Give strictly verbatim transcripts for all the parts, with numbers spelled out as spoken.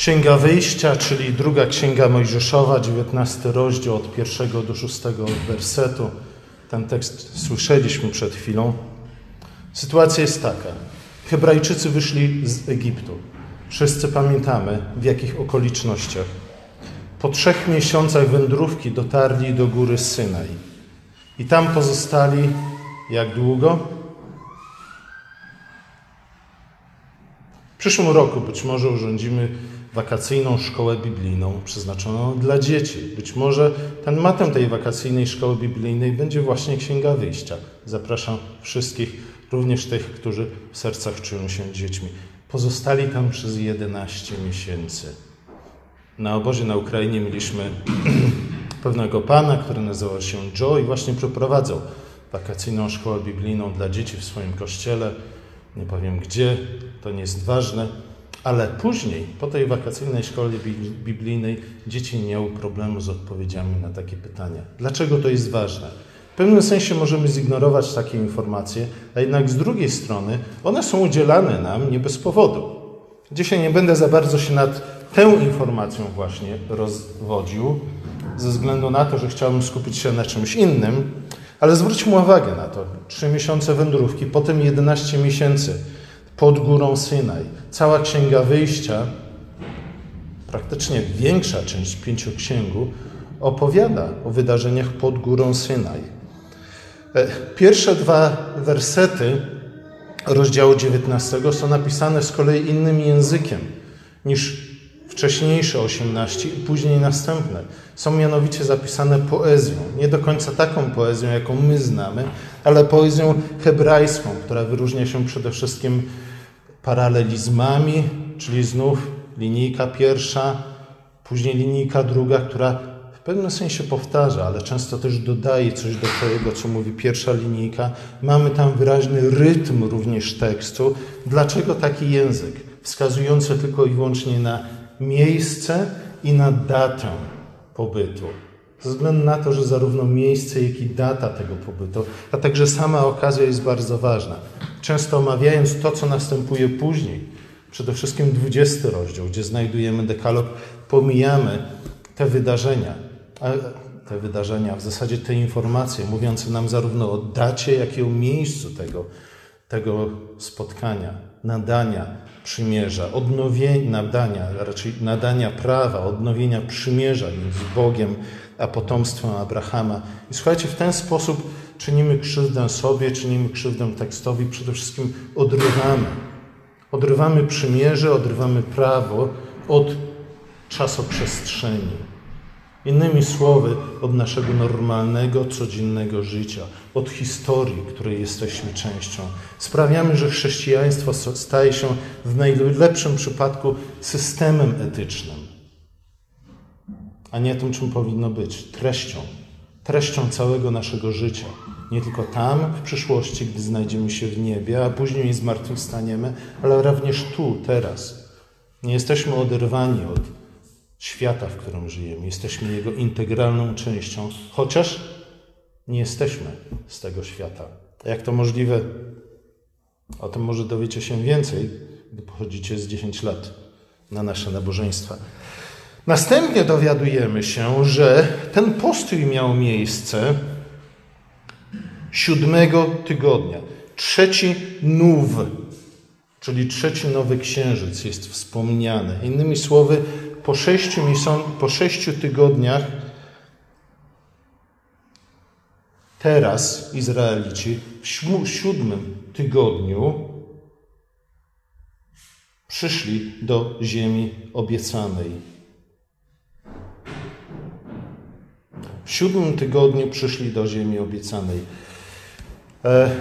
Księga Wyjścia, czyli druga Księga Mojżeszowa, dziewiętnasty rozdział od pierwszego do szóstego wersetu. Ten tekst słyszeliśmy przed chwilą. Sytuacja jest taka. Hebrajczycy wyszli z Egiptu. Wszyscy pamiętamy, w jakich okolicznościach. Po trzech miesiącach wędrówki dotarli do góry Synaj. I tam pozostali jak długo? W przyszłym roku być może urządzimy wakacyjną szkołę biblijną przeznaczoną dla dzieci. Być może tematem tej wakacyjnej szkoły biblijnej będzie właśnie Księga Wyjścia. Zapraszam wszystkich, również tych, którzy w sercach czują się dziećmi. Pozostali tam przez jedenaście miesięcy. Na obozie na Ukrainie mieliśmy pewnego pana, który nazywał się Joe i właśnie przeprowadzał wakacyjną szkołę biblijną dla dzieci w swoim kościele. Nie powiem gdzie, to nie jest ważne, ale później, po tej wakacyjnej szkole biblijnej, dzieci nie miały problemu z odpowiedziami na takie pytania. Dlaczego to jest ważne? W pewnym sensie możemy zignorować takie informacje, a jednak z drugiej strony one są udzielane nam nie bez powodu. Dzisiaj nie będę za bardzo się nad tę informacją właśnie rozwodził, ze względu na to, że chciałbym skupić się na czymś innym, ale zwróćmy uwagę na to. Trzy miesiące wędrówki, potem jedenaście miesięcy pod górą Synaj. Cała Księga Wyjścia, praktycznie większa część pięcioksięgu, opowiada o wydarzeniach pod górą Synaj. Pierwsze dwa wersety rozdziału dziewiętnastego są napisane z kolei innym językiem niż wcześniejsze osiemnaście i później następne. Są mianowicie zapisane poezją. Nie do końca taką poezją, jaką my znamy, ale poezją hebrajską, która wyróżnia się przede wszystkim paralelizmami, czyli znów linijka pierwsza, później linijka druga, która w pewnym sensie powtarza, ale często też dodaje coś do tego, co mówi pierwsza linijka. Mamy tam wyraźny rytm również tekstu. Dlaczego taki język? Wskazujący tylko i wyłącznie na miejsce i na datę pobytu. Ze względu na to, że zarówno miejsce, jak i data tego pobytu, a także sama okazja jest bardzo ważna. Często omawiając to, co następuje później, przede wszystkim dwudziesty rozdział, gdzie znajdujemy dekalog, pomijamy te wydarzenia, a te wydarzenia, w zasadzie te informacje mówiące nam zarówno o dacie, jak i o miejscu tego, tego spotkania, nadania przymierza, odnowienia, nadania, raczej nadania prawa, odnowienia przymierza między Bogiem a potomstwem Abrahama. I słuchajcie, w ten sposób czynimy krzywdę sobie, czynimy krzywdę tekstowi, przede wszystkim odrywamy. Odrywamy przymierze, odrywamy prawo od czasoprzestrzeni. Innymi słowy, od naszego normalnego, codziennego życia, od historii, której jesteśmy częścią. Sprawiamy, że chrześcijaństwo staje się w najlepszym przypadku systemem etycznym, a nie tym, czym powinno być, treścią, treścią całego naszego życia. Nie tylko tam, w przyszłości, gdy znajdziemy się w niebie, a później zmartwychwstaniemy, ale również tu, teraz. Nie jesteśmy oderwani od świata, w którym żyjemy. Jesteśmy jego integralną częścią, chociaż nie jesteśmy z tego świata. A jak to możliwe? O tym może dowiecie się więcej, gdy pochodzicie z dziesięć lat na nasze nabożeństwa. Następnie dowiadujemy się, że ten postój miał miejsce siódmego tygodnia. Trzeci nów, czyli trzeci nowy księżyc jest wspomniany. Innymi słowy, po sześciu, po sześciu tygodniach teraz Izraelici w siódmym tygodniu przyszli do ziemi obiecanej. W siódmym tygodniu przyszli do ziemi obiecanej. E...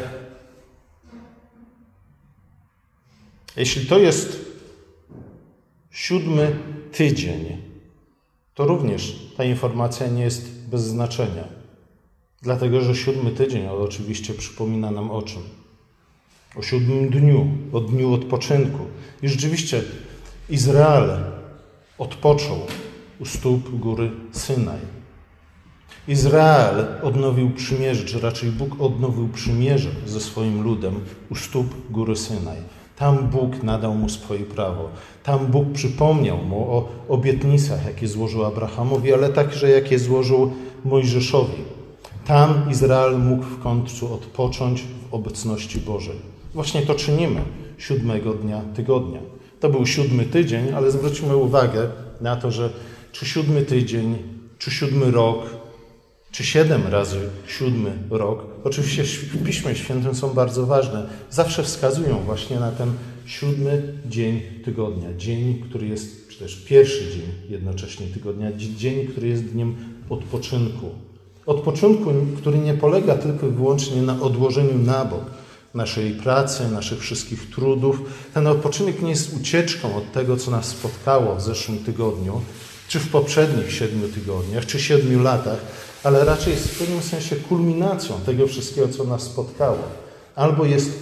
Jeśli to jest siódmy tydzień, to również ta informacja nie jest bez znaczenia. Dlatego, że siódmy tydzień oczywiście przypomina nam o czym? O siódmym dniu, o dniu odpoczynku. I rzeczywiście Izrael odpoczął u stóp góry Synaj. Izrael odnowił przymierze, czy raczej Bóg odnowił przymierze ze swoim ludem u stóp góry Synaj. Tam Bóg nadał mu swoje prawo. Tam Bóg przypomniał mu o obietnicach, jakie złożył Abrahamowi, ale także jakie złożył Mojżeszowi. Tam Izrael mógł w końcu odpocząć w obecności Bożej. Właśnie to czynimy siódmego dnia tygodnia. To był siódmy tydzień, ale zwróćmy uwagę na to, że czy siódmy tydzień, czy siódmy rok, czy siedem razy siódmy rok, oczywiście w Piśmie Świętym są bardzo ważne, zawsze wskazują właśnie na ten siódmy dzień tygodnia. Dzień, który jest, czy też pierwszy dzień jednocześnie tygodnia, dzień, który jest dniem odpoczynku. Odpoczynku, który nie polega tylko i wyłącznie na odłożeniu na bok naszej pracy, naszych wszystkich trudów. Ten odpoczynek nie jest ucieczką od tego, co nas spotkało w zeszłym tygodniu, czy w poprzednich siedmiu tygodniach, czy siedmiu latach, ale raczej jest w pewnym sensie kulminacją tego wszystkiego, co nas spotkało. Albo jest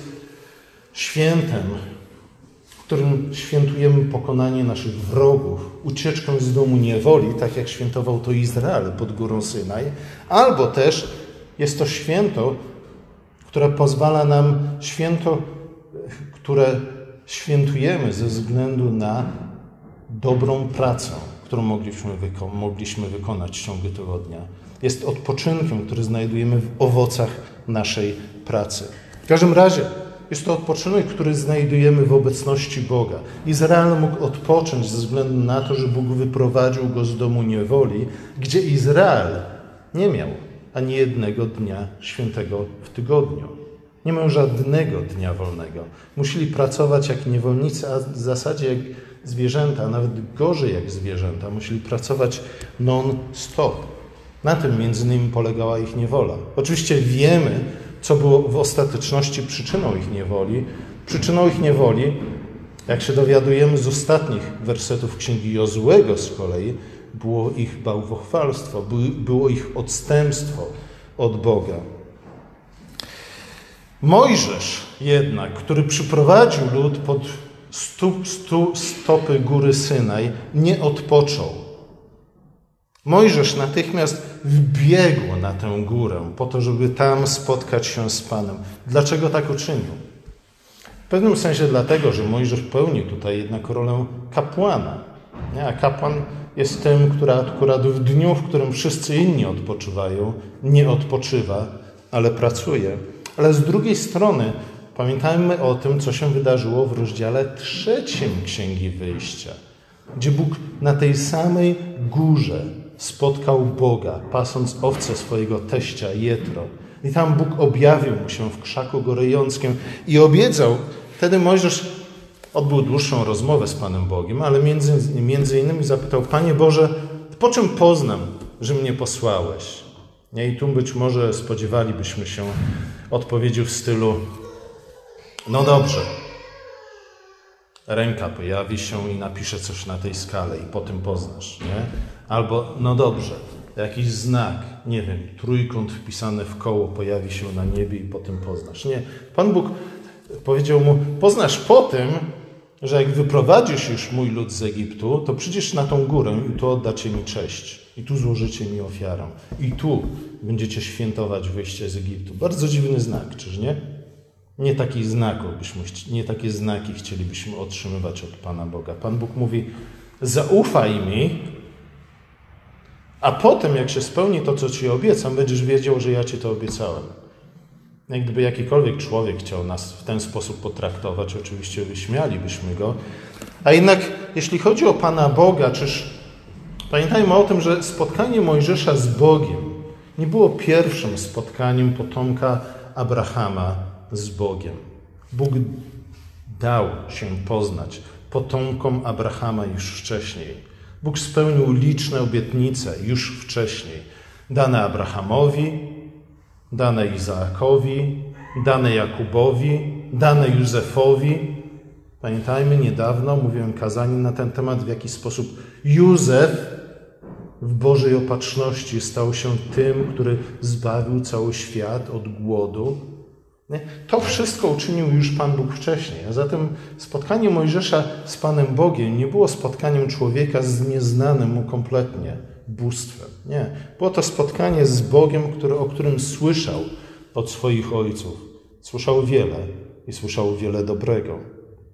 świętem, w którym świętujemy pokonanie naszych wrogów, ucieczkę z domu niewoli, tak jak świętował to Izrael pod górą Synaj, albo też jest to święto, które pozwala nam, święto, które świętujemy ze względu na dobrą pracę, którą mogliśmy, wyko- mogliśmy wykonać w ciągu tygodnia. Jest odpoczynkiem, który znajdujemy w owocach naszej pracy. W każdym razie jest to odpoczynek, który znajdujemy w obecności Boga. Izrael mógł odpocząć ze względu na to, że Bóg wyprowadził go z domu niewoli, gdzie Izrael nie miał ani jednego dnia świętego w tygodniu. Nie miał żadnego dnia wolnego. Musieli pracować jak niewolnicy, a w zasadzie jak zwierzęta, a nawet gorzej jak zwierzęta. Musieli pracować non-stop. Na tym między innymi polegała ich niewola. Oczywiście wiemy, co było w ostateczności przyczyną ich niewoli. Przyczyną ich niewoli, jak się dowiadujemy z ostatnich wersetów Księgi Jozłego z kolei, było ich bałwochwalstwo, było ich odstępstwo od Boga. Mojżesz jednak, który przyprowadził lud pod stóp, stóp, stopy góry Synaj, nie odpoczął. Mojżesz natychmiast wbiegł na tę górę po to, żeby tam spotkać się z Panem. Dlaczego tak uczynił? W pewnym sensie dlatego, że Mojżesz pełni tutaj jednak rolę kapłana. A kapłan jest tym, który akurat w dniu, w którym wszyscy inni odpoczywają, nie odpoczywa, ale pracuje. Ale z drugiej strony pamiętajmy o tym, co się wydarzyło w rozdziale trzecim Księgi Wyjścia, gdzie Bóg na tej samej górze spotkał Boga, pasąc owce swojego teścia Jetro. I tam Bóg objawił mu się w krzaku gorejącym i obiecał. Wtedy Mojżesz odbył dłuższą rozmowę z Panem Bogiem, ale między, między innymi zapytał: Panie Boże, po czym poznam, że mnie posłałeś? I tu być może spodziewalibyśmy się odpowiedzi w stylu: no dobrze, ręka pojawi się i napisze coś na tej skale i po tym poznasz, nie? Albo no dobrze, jakiś znak, nie wiem, trójkąt wpisany w koło pojawi się na niebie i po tym poznasz. Nie, Pan Bóg powiedział mu: poznasz po tym, że jak wyprowadzisz już mój lud z Egiptu, to przyjdziesz na tą górę i tu oddacie mi cześć. I tu złożycie mi ofiarę. I tu będziecie świętować wyjście z Egiptu. Bardzo dziwny znak, czyż nie? Nie takich znaków byśmy, nie takie znaki chcielibyśmy otrzymywać od Pana Boga. Pan Bóg mówi: zaufaj mi, a potem, jak się spełni to, co Ci obiecam, będziesz wiedział, że ja Ci to obiecałem. Jak gdyby jakikolwiek człowiek chciał nas w ten sposób potraktować, oczywiście wyśmialibyśmy go. A jednak, jeśli chodzi o Pana Boga, czyż pamiętajmy o tym, że spotkanie Mojżesza z Bogiem nie było pierwszym spotkaniem potomka Abrahama z Bogiem. Bóg dał się poznać potomkom Abrahama już wcześniej. Bóg spełnił liczne obietnice już wcześniej. Dane Abrahamowi, dane Izaakowi, dane Jakubowi, dane Józefowi. Pamiętajmy, niedawno mówiłem kazanie na ten temat, w jaki sposób Józef w Bożej opatrzności stał się tym, który zbawił cały świat od głodu. To wszystko uczynił już Pan Bóg wcześniej. A zatem spotkanie Mojżesza z Panem Bogiem nie było spotkaniem człowieka z nieznanym mu kompletnie bóstwem. Nie. Było to spotkanie z Bogiem, który, o którym słyszał od swoich ojców. Słyszał wiele i słyszał wiele dobrego.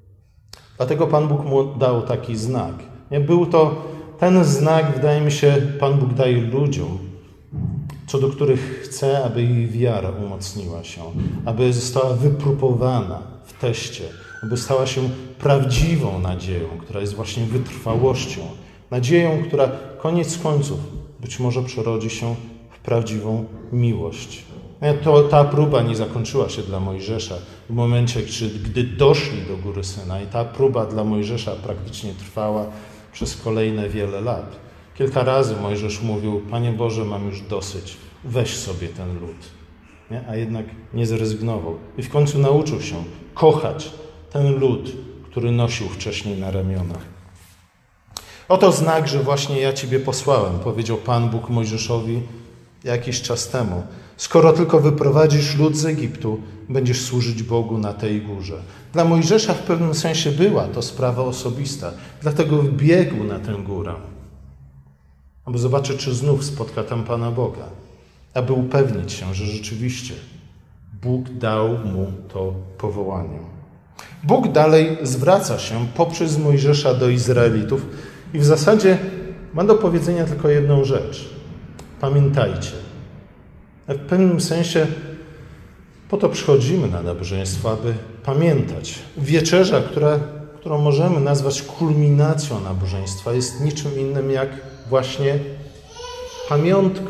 Dlatego Pan Bóg mu dał taki znak. Nie? Był to ten znak, wydaje mi się, Pan Bóg daje ludziom, co do których chce, aby ich wiara umocniła się, aby została wypróbowana w teście, aby stała się prawdziwą nadzieją, która jest właśnie wytrwałością. Nadzieją, która koniec końców być może przerodzi się w prawdziwą miłość. To, ta próba nie zakończyła się dla Mojżesza w momencie, gdy doszli do góry Synaj. Ta próba dla Mojżesza praktycznie trwała przez kolejne wiele lat. Kilka razy Mojżesz mówił: Panie Boże, mam już dosyć, weź sobie ten lud. Nie? A jednak nie zrezygnował. I w końcu nauczył się kochać ten lud, który nosił wcześniej na ramionach. Oto znak, że właśnie ja Ciebie posłałem, powiedział Pan Bóg Mojżeszowi jakiś czas temu. Skoro tylko wyprowadzisz lud z Egiptu, będziesz służyć Bogu na tej górze. Dla Mojżesza w pewnym sensie była to sprawa osobista, dlatego wbiegł na tę górę, aby zobaczyć, czy znów spotka tam Pana Boga, aby upewnić się, że rzeczywiście Bóg dał mu to powołanie. Bóg dalej zwraca się poprzez Mojżesza do Izraelitów i w zasadzie ma do powiedzenia tylko jedną rzecz. Pamiętajcie. W pewnym sensie po to przychodzimy na nabożeństwo, aby pamiętać. Wieczerza, która, którą możemy nazwać kulminacją nabożeństwa, jest niczym innym jak właśnie pamiątką.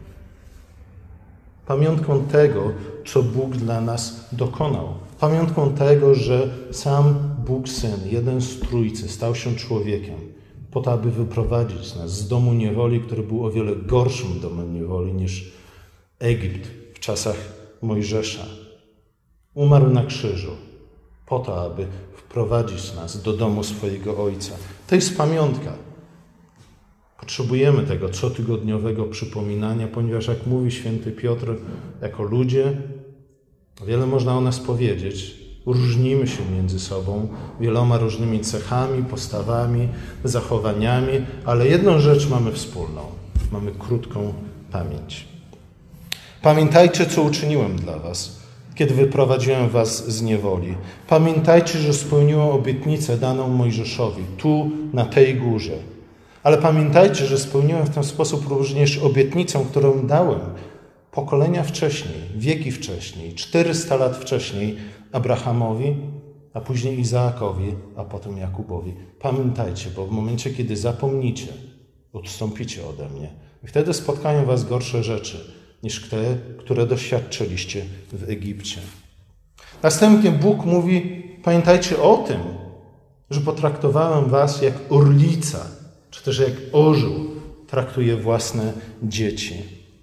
Pamiątką tego, co Bóg dla nas dokonał. Pamiątką tego, że sam Bóg Syn, jeden z Trójcy, stał się człowiekiem po to, aby wyprowadzić nas z domu niewoli, który był o wiele gorszym domem niewoli niż Egipt w czasach Mojżesza. Umarł na krzyżu po to, aby wprowadzić nas do domu swojego Ojca. To jest pamiątka. Potrzebujemy tego cotygodniowego przypominania, ponieważ jak mówi święty Piotr, jako ludzie, wiele można o nas powiedzieć, różnimy się między sobą wieloma różnymi cechami, postawami, zachowaniami, ale jedną rzecz mamy wspólną. Mamy krótką pamięć. Pamiętajcie, co uczyniłem dla was, kiedy wyprowadziłem was z niewoli. Pamiętajcie, że spełniłem obietnicę daną Mojżeszowi, tu, na tej górze. Ale pamiętajcie, że spełniłem w ten sposób również obietnicę, którą dałem pokolenia wcześniej, wieki wcześniej, czterysta lat wcześniej Abrahamowi, a później Izaakowi, a potem Jakubowi. Pamiętajcie, bo w momencie, kiedy zapomnicie, odstąpicie ode mnie. I wtedy spotkają was gorsze rzeczy niż te, które doświadczyliście w Egipcie. Następnie Bóg mówi: pamiętajcie o tym, że potraktowałem was jak orlica, czy też jak orzeł traktuje własne dzieci.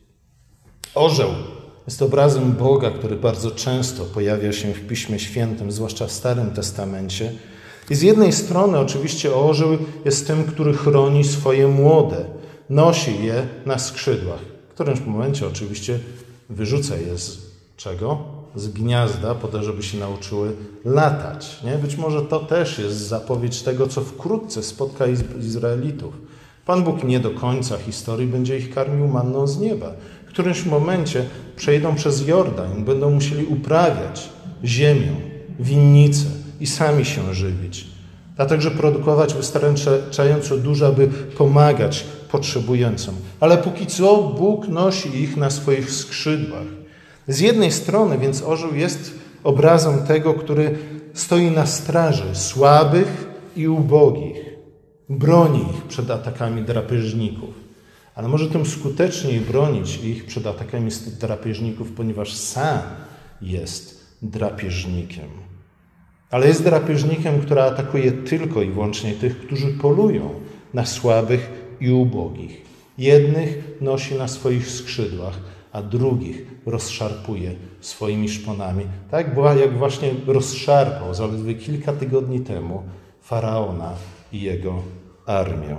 Orzeł jest obrazem Boga, który bardzo często pojawia się w Piśmie Świętym, zwłaszcza w Starym Testamencie. I z jednej strony oczywiście orzeł jest tym, który chroni swoje młode, nosi je na skrzydłach. W którymś momencie oczywiście wyrzuca je z czego? Z gniazda, po to, żeby się nauczyły latać. Nie? Być może to też jest zapowiedź tego, co wkrótce spotka Izraelitów. Pan Bóg nie do końca historii będzie ich karmił manną z nieba. W którymś momencie przejdą przez Jordan, będą musieli uprawiać ziemię, winnice i sami się żywić. A także produkować wystarczająco dużo, aby pomagać potrzebującym. Ale póki co Bóg nosi ich na swoich skrzydłach. Z jednej strony więc orzeł jest obrazem tego, który stoi na straży słabych i ubogich. Broni ich przed atakami drapieżników. Ale może tym skuteczniej bronić ich przed atakami drapieżników, ponieważ sam jest drapieżnikiem. Ale jest drapieżnikiem, który atakuje tylko i wyłącznie tych, którzy polują na słabych i ubogich. Jednych nosi na swoich skrzydłach, a drugich rozszarpuje swoimi szponami. Tak jak właśnie rozszarpał zaledwie kilka tygodni temu Faraona i jego armię.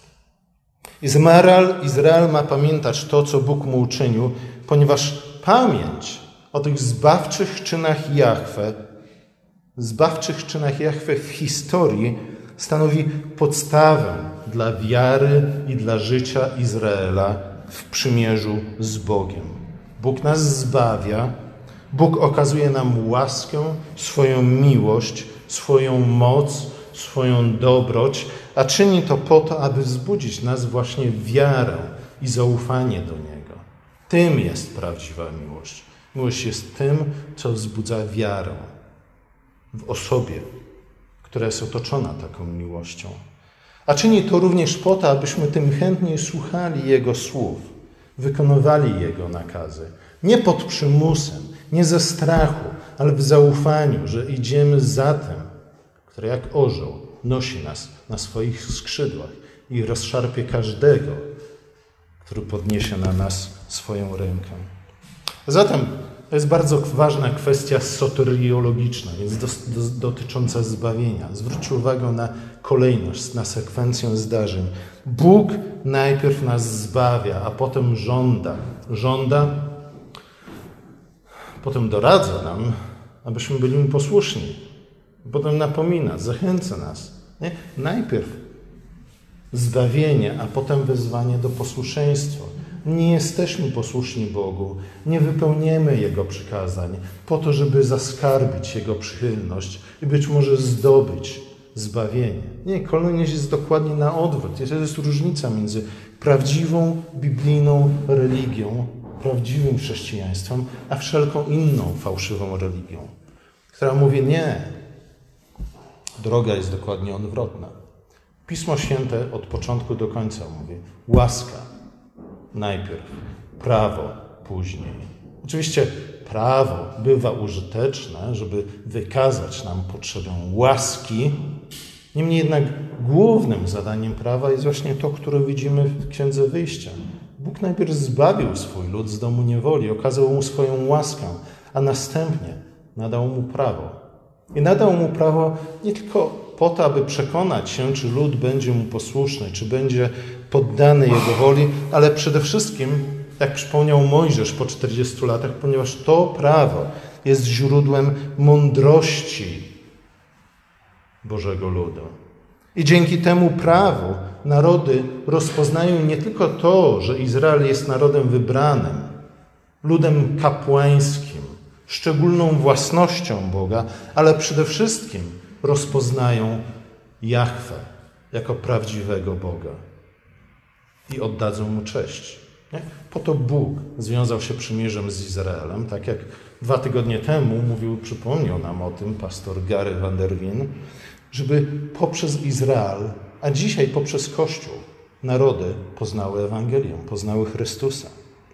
Izrael, Izrael ma pamiętać to, co Bóg mu uczynił, ponieważ pamięć o tych zbawczych czynach Jahwe, zbawczych czynach Jahwe w historii stanowi podstawę dla wiary i dla życia Izraela w przymierzu z Bogiem. Bóg nas zbawia, Bóg okazuje nam łaskę, swoją miłość, swoją moc, swoją dobroć, a czyni to po to, aby wzbudzić nas właśnie w wiarę i zaufanie do Niego. Tym jest prawdziwa miłość. Miłość jest tym, co wzbudza wiarę w osobie, która jest otoczona taką miłością. A czyni to również po to, abyśmy tym chętniej słuchali Jego słów, wykonywali Jego nakazy. Nie pod przymusem, nie ze strachu, ale w zaufaniu, że idziemy za tym, który jak orzeł nosi nas na swoich skrzydłach i rozszarpie każdego, który podniesie na nas swoją rękę. Zatem to jest bardzo ważna kwestia soteriologiczna, więc do, do, dotycząca zbawienia. Zwróćcie uwagę na kolejność, na sekwencję zdarzeń. Bóg najpierw nas zbawia, a potem żąda. Żąda, potem doradza nam, abyśmy byli Mu posłuszni. Potem napomina, zachęca nas. Nie? Najpierw zbawienie, a potem wezwanie do posłuszeństwa. Nie jesteśmy posłuszni Bogu, nie wypełniamy Jego przykazań po to, żeby zaskarbić Jego przychylność i być może zdobyć zbawienie. Nie, kolejność jest dokładnie na odwrót. To jest różnica między prawdziwą biblijną religią, prawdziwym chrześcijaństwem, a wszelką inną fałszywą religią, która mówi nie. Droga jest dokładnie odwrotna. Pismo Święte od początku do końca mówi łaska najpierw, prawo później. Oczywiście prawo bywa użyteczne, żeby wykazać nam potrzebę łaski. Niemniej jednak głównym zadaniem prawa jest właśnie to, które widzimy w Księdze Wyjścia. Bóg najpierw zbawił swój lud z domu niewoli, okazał mu swoją łaskę, a następnie nadał mu prawo. I nadał mu prawo nie tylko po to, aby przekonać się, czy lud będzie mu posłuszny, czy będzie poddany jego woli, ale przede wszystkim, jak przypomniał Mojżesz po czterdziestu latach, ponieważ to prawo jest źródłem mądrości Bożego ludu. I dzięki temu prawu narody rozpoznają nie tylko to, że Izrael jest narodem wybranym, ludem kapłańskim, szczególną własnością Boga, ale przede wszystkim rozpoznają Jahwe jako prawdziwego Boga i oddadzą Mu cześć. Nie? Po to Bóg związał się przymierzem z Izraelem, tak jak dwa tygodnie temu mówił, przypomniał nam o tym pastor Gary van der Wien, żeby poprzez Izrael, a dzisiaj poprzez Kościół, narody poznały Ewangelię, poznały Chrystusa.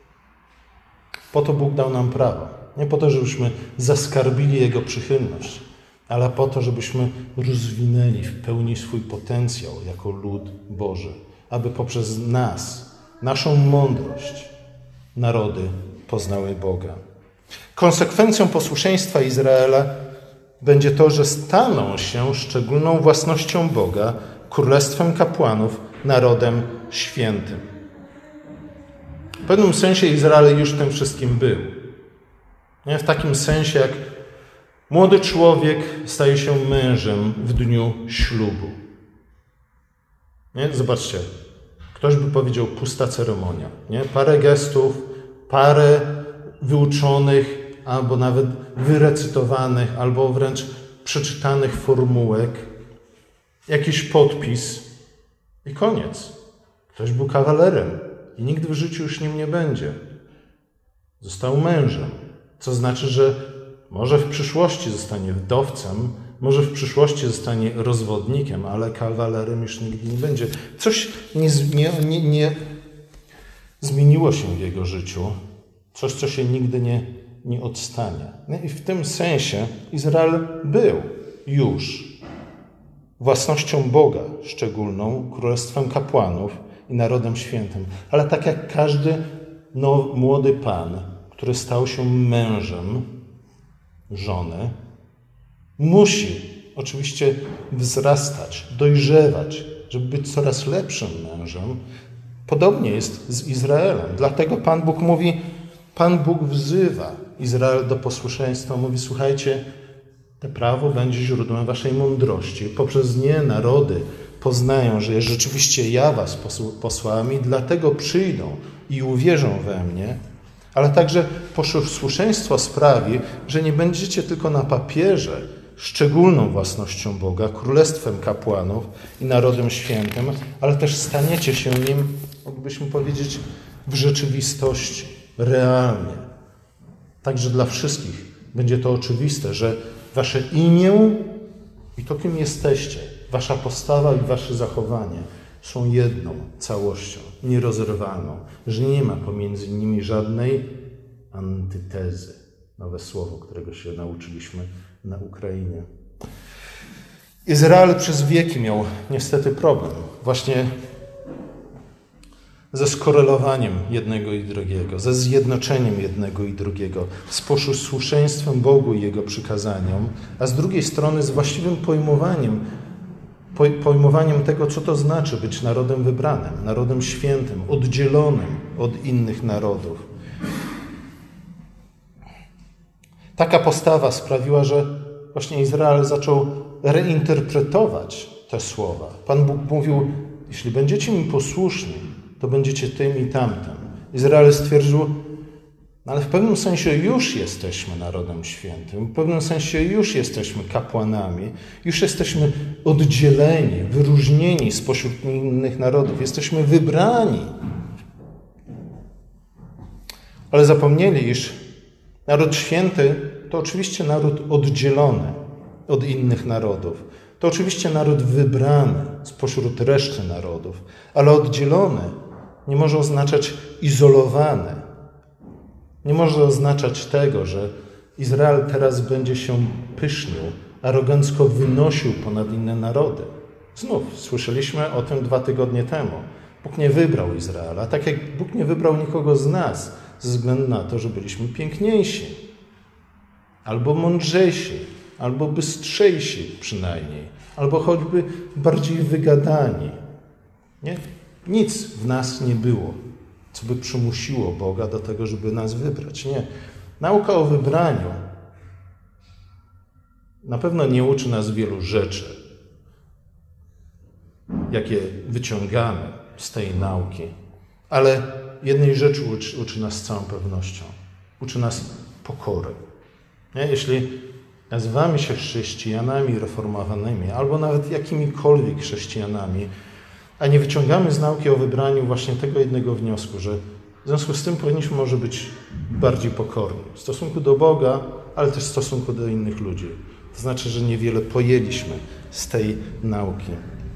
Po to Bóg dał nam prawo. Nie po to, żebyśmy zaskarbili Jego przychylność, ale po to, żebyśmy rozwinęli w pełni swój potencjał jako lud Boży, aby poprzez nas, naszą mądrość, narody poznały Boga. Konsekwencją posłuszeństwa Izraela będzie to, że staną się szczególną własnością Boga, królestwem kapłanów, narodem świętym. W pewnym sensie Izrael już tym wszystkim był. Nie? W takim sensie, jak młody człowiek staje się mężem w dniu ślubu. Nie? Zobaczcie, ktoś by powiedział pusta ceremonia. Nie? Parę gestów, parę wyuczonych, albo nawet wyrecytowanych, albo wręcz przeczytanych formułek, jakiś podpis i koniec. Ktoś był kawalerem i nigdy w życiu już nim nie będzie. Został mężem, co znaczy, że może w przyszłości zostanie wdowcem, może w przyszłości zostanie rozwodnikiem, ale kawalerem już nigdy nie będzie. Coś nie, nie, nie, nie zmieniło się w jego życiu, coś, co się nigdy nie, nie odstanie. I w tym sensie Izrael był już własnością Boga szczególną, królestwem kapłanów i narodem świętym. Ale tak jak każdy no, młody pan, który stał się mężem żony, musi oczywiście wzrastać, dojrzewać, żeby być coraz lepszym mężem. Podobnie jest z Izraelem. Dlatego Pan Bóg mówi, Pan Bóg wzywa Izrael do posłuszeństwa. Mówi, słuchajcie, to prawo będzie źródłem waszej mądrości. Poprzez nie narody poznają, że rzeczywiście ja was posłałem i dlatego przyjdą i uwierzą we mnie, ale także posłuszeństwo sprawi, że nie będziecie tylko na papierze szczególną własnością Boga, królestwem kapłanów i narodem świętym, ale też staniecie się nim, moglibyśmy powiedzieć, w rzeczywistości, realnie. Także dla wszystkich będzie to oczywiste, że wasze imię i to, kim jesteście, wasza postawa i wasze zachowanie są jedną całością, nierozerwalną, że nie ma pomiędzy nimi żadnej antytezy. Nowe słowo, którego się nauczyliśmy na Ukrainie. Izrael przez wieki miał niestety problem właśnie ze skorelowaniem jednego i drugiego, ze zjednoczeniem jednego i drugiego, z posłuszeństwem Bogu i Jego przykazaniom, a z drugiej strony z właściwym pojmowaniem, pojmowaniem tego, co to znaczy być narodem wybranym, narodem świętym, oddzielonym od innych narodów. Taka postawa sprawiła, że właśnie Izrael zaczął reinterpretować te słowa. Pan Bóg mówił, jeśli będziecie mi posłuszni, to będziecie tym i tamtym. Izrael stwierdził, no ale w pewnym sensie już jesteśmy narodem świętym, w pewnym sensie już jesteśmy kapłanami, już jesteśmy oddzieleni, wyróżnieni spośród innych narodów, jesteśmy wybrani. Ale zapomnieli, iż naród święty to oczywiście naród oddzielony od innych narodów. To oczywiście naród wybrany spośród reszty narodów, ale oddzielony nie może oznaczać izolowany. Nie może oznaczać tego, że Izrael teraz będzie się pysznił, arogancko wynosił ponad inne narody. Znów słyszeliśmy o tym dwa tygodnie temu. Bóg nie wybrał Izraela, tak jak Bóg nie wybrał nikogo z nas, ze względu na to, że byliśmy piękniejsi, albo mądrzejsi, albo bystrzejsi przynajmniej, albo choćby bardziej wygadani. Nie? Nic w nas nie było, co by przymusiło Boga do tego, żeby nas wybrać. Nie. Nauka o wybraniu na pewno nie uczy nas wielu rzeczy, jakie wyciągamy z tej nauki, ale jednej rzeczy uczy, uczy nas z całą pewnością. Uczy nas pokory. Nie? Jeśli nazywamy się chrześcijanami reformowanymi, albo nawet jakimikolwiek chrześcijanami, a nie wyciągamy z nauki o wybraniu właśnie tego jednego wniosku, że w związku z tym powinniśmy może być bardziej pokorni w stosunku do Boga, ale też w stosunku do innych ludzi. To znaczy, że niewiele pojęliśmy z tej nauki.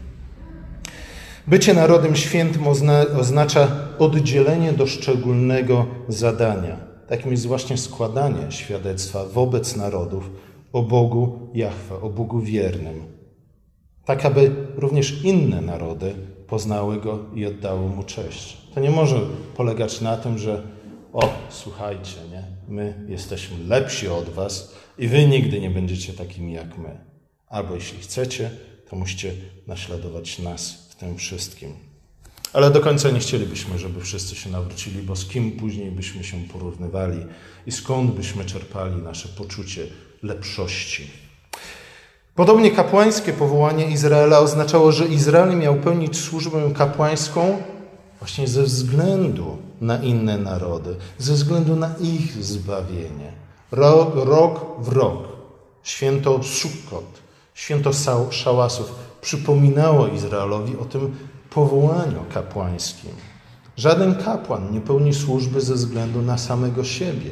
Bycie narodem świętym ozna- oznacza oddzielenie do szczególnego zadania. Takim jest właśnie składanie świadectwa wobec narodów o Bogu Jahwe, o Bogu wiernym. Tak, aby również inne narody poznały Go i oddały Mu cześć. To nie może polegać na tym, że o, słuchajcie, nie? My jesteśmy lepsi od was i wy nigdy nie będziecie takimi jak my. Albo jeśli chcecie, to musicie naśladować nas w tym wszystkim. Ale do końca nie chcielibyśmy, żeby wszyscy się nawrócili, bo z kim później byśmy się porównywali i skąd byśmy czerpali nasze poczucie lepszości. Podobnie kapłańskie powołanie Izraela oznaczało, że Izrael miał pełnić służbę kapłańską właśnie ze względu na inne narody, ze względu na ich zbawienie. Rok, rok w rok święto Sukkot, święto Szałasów przypominało Izraelowi o tym powołaniu kapłańskim. Żaden kapłan nie pełni służby ze względu na samego siebie.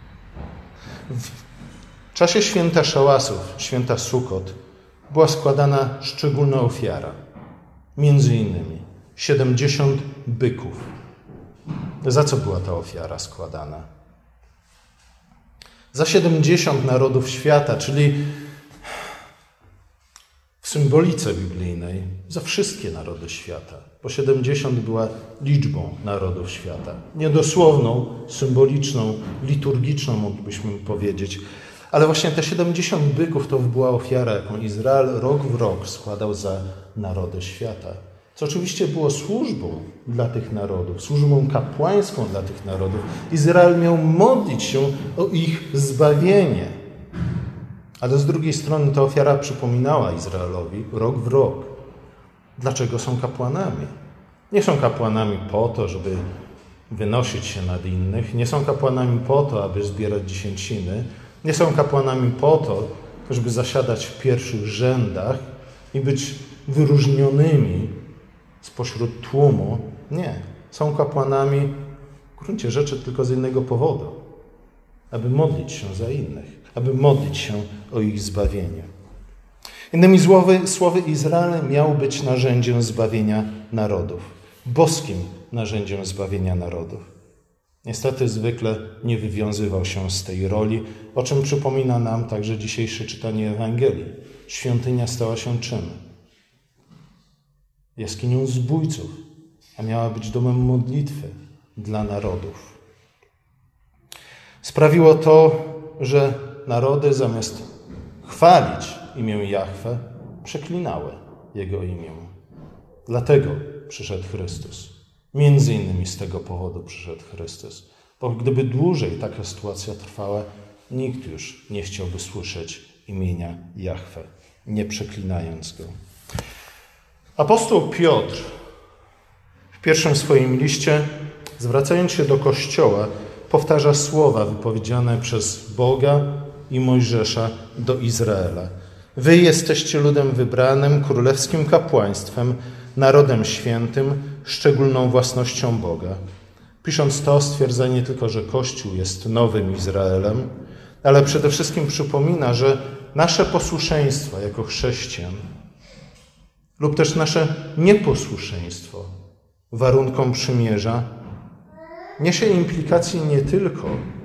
W czasie święta Szałasów, święta Sukkot, była składana szczególna ofiara. Między innymi siedemdziesiąt byków. Za co była ta ofiara składana? Za siedemdziesiąt narodów świata, czyli w symbolice biblijnej za wszystkie narody świata. Bo siedemdziesiąt była liczbą narodów świata. Niedosłowną, symboliczną, liturgiczną moglibyśmy powiedzieć. Ale właśnie te siedemdziesiąt byków to była ofiara, jaką Izrael rok w rok składał za narody świata. Co oczywiście było służbą dla tych narodów, służbą kapłańską dla tych narodów. Izrael miał modlić się o ich zbawienie. Ale z drugiej strony ta ofiara przypominała Izraelowi rok w rok. Dlaczego są kapłanami? Nie są kapłanami po to, żeby wynosić się nad innych. Nie są kapłanami po to, aby zbierać dziesięciny. Nie są kapłanami po to, żeby zasiadać w pierwszych rzędach i być wyróżnionymi spośród tłumu. Nie. Są kapłanami w gruncie rzeczy tylko z innego powodu. Aby modlić się za innych. Aby modlić się o ich zbawienie. Innymi słowy, słowy Izrael miał być narzędziem zbawienia narodów. Boskim narzędziem zbawienia narodów. Niestety zwykle nie wywiązywał się z tej roli, o czym przypomina nam także dzisiejsze czytanie Ewangelii. Świątynia stała się czym? Jaskinią zbójców, a miała być domem modlitwy dla narodów. Sprawiło to, że narody zamiast chwalić imię Jahwe, przeklinały Jego imię. Dlatego przyszedł Chrystus. Między innymi z tego powodu przyszedł Chrystus. Bo gdyby dłużej taka sytuacja trwała, nikt już nie chciałby słyszeć imienia Jahwe, nie przeklinając Go. Apostoł Piotr w pierwszym swoim liście, zwracając się do Kościoła, powtarza słowa wypowiedziane przez Boga i Mojżesza do Izraela. Wy jesteście ludem wybranym, królewskim kapłaństwem, narodem świętym, szczególną własnością Boga. Pisząc to, stwierdza nie tylko, że Kościół jest nowym Izraelem, ale przede wszystkim przypomina, że nasze posłuszeństwo jako chrześcijan lub też nasze nieposłuszeństwo warunkom przymierza niesie implikacje nie tylko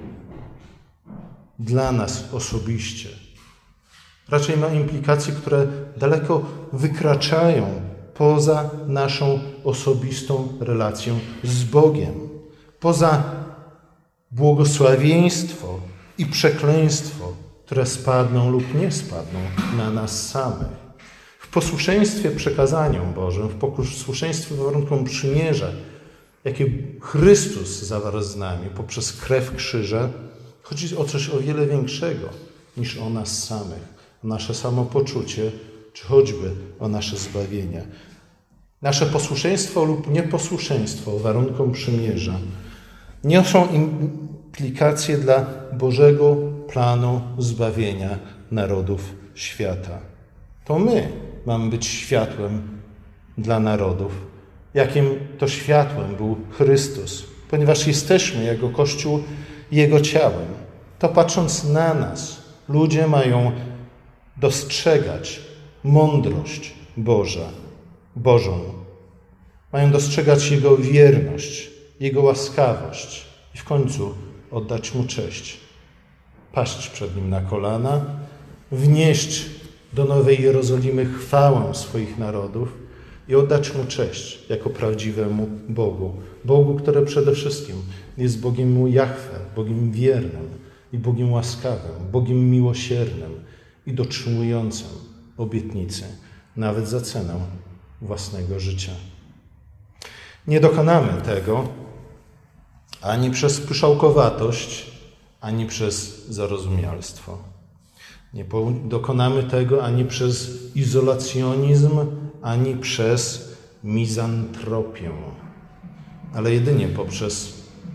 dla nas osobiście. Raczej ma implikacje, które daleko wykraczają poza naszą osobistą relację z Bogiem. Poza błogosławieństwo i przekleństwo, które spadną lub nie spadną na nas samych. W posłuszeństwie przekazaniom Bożym, w posłuszeństwie warunkom przymierza, jakie Chrystus zawarł z nami poprzez krew krzyża, chodzi o coś o wiele większego niż o nas samych, o nasze samopoczucie, czy choćby o nasze zbawienie. Nasze posłuszeństwo lub nieposłuszeństwo warunkom przymierza niosą implikacje dla Bożego planu zbawienia narodów świata. To my mamy być światłem dla narodów, jakim to światłem był Chrystus, ponieważ jesteśmy jako Kościół Jego ciałem. To patrząc na nas, ludzie mają dostrzegać mądrość Boża, Bożą. Mają dostrzegać Jego wierność, Jego łaskawość i w końcu oddać Mu cześć. Paść przed Nim na kolana, wnieść do Nowej Jerozolimy chwałę swoich narodów i oddać Mu cześć jako prawdziwemu Bogu. Bogu, który przede wszystkim jest Bogiem Jahwe, Bogiem wiernym i Bogiem łaskawym, Bogiem miłosiernym i dotrzymującym obietnicy, nawet za cenę własnego życia. Nie dokonamy tego ani przez pyszałkowatość, ani przez zarozumialstwo. Nie dokonamy tego ani przez izolacjonizm, ani przez mizantropię, ale jedynie poprzez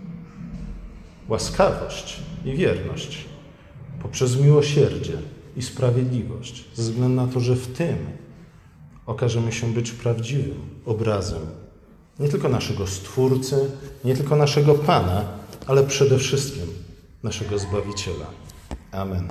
łaskawość i wierność, poprzez miłosierdzie i sprawiedliwość, ze względu na to, że w tym okażemy się być prawdziwym obrazem nie tylko naszego Stwórcy, nie tylko naszego Pana, ale przede wszystkim naszego Zbawiciela. Amen.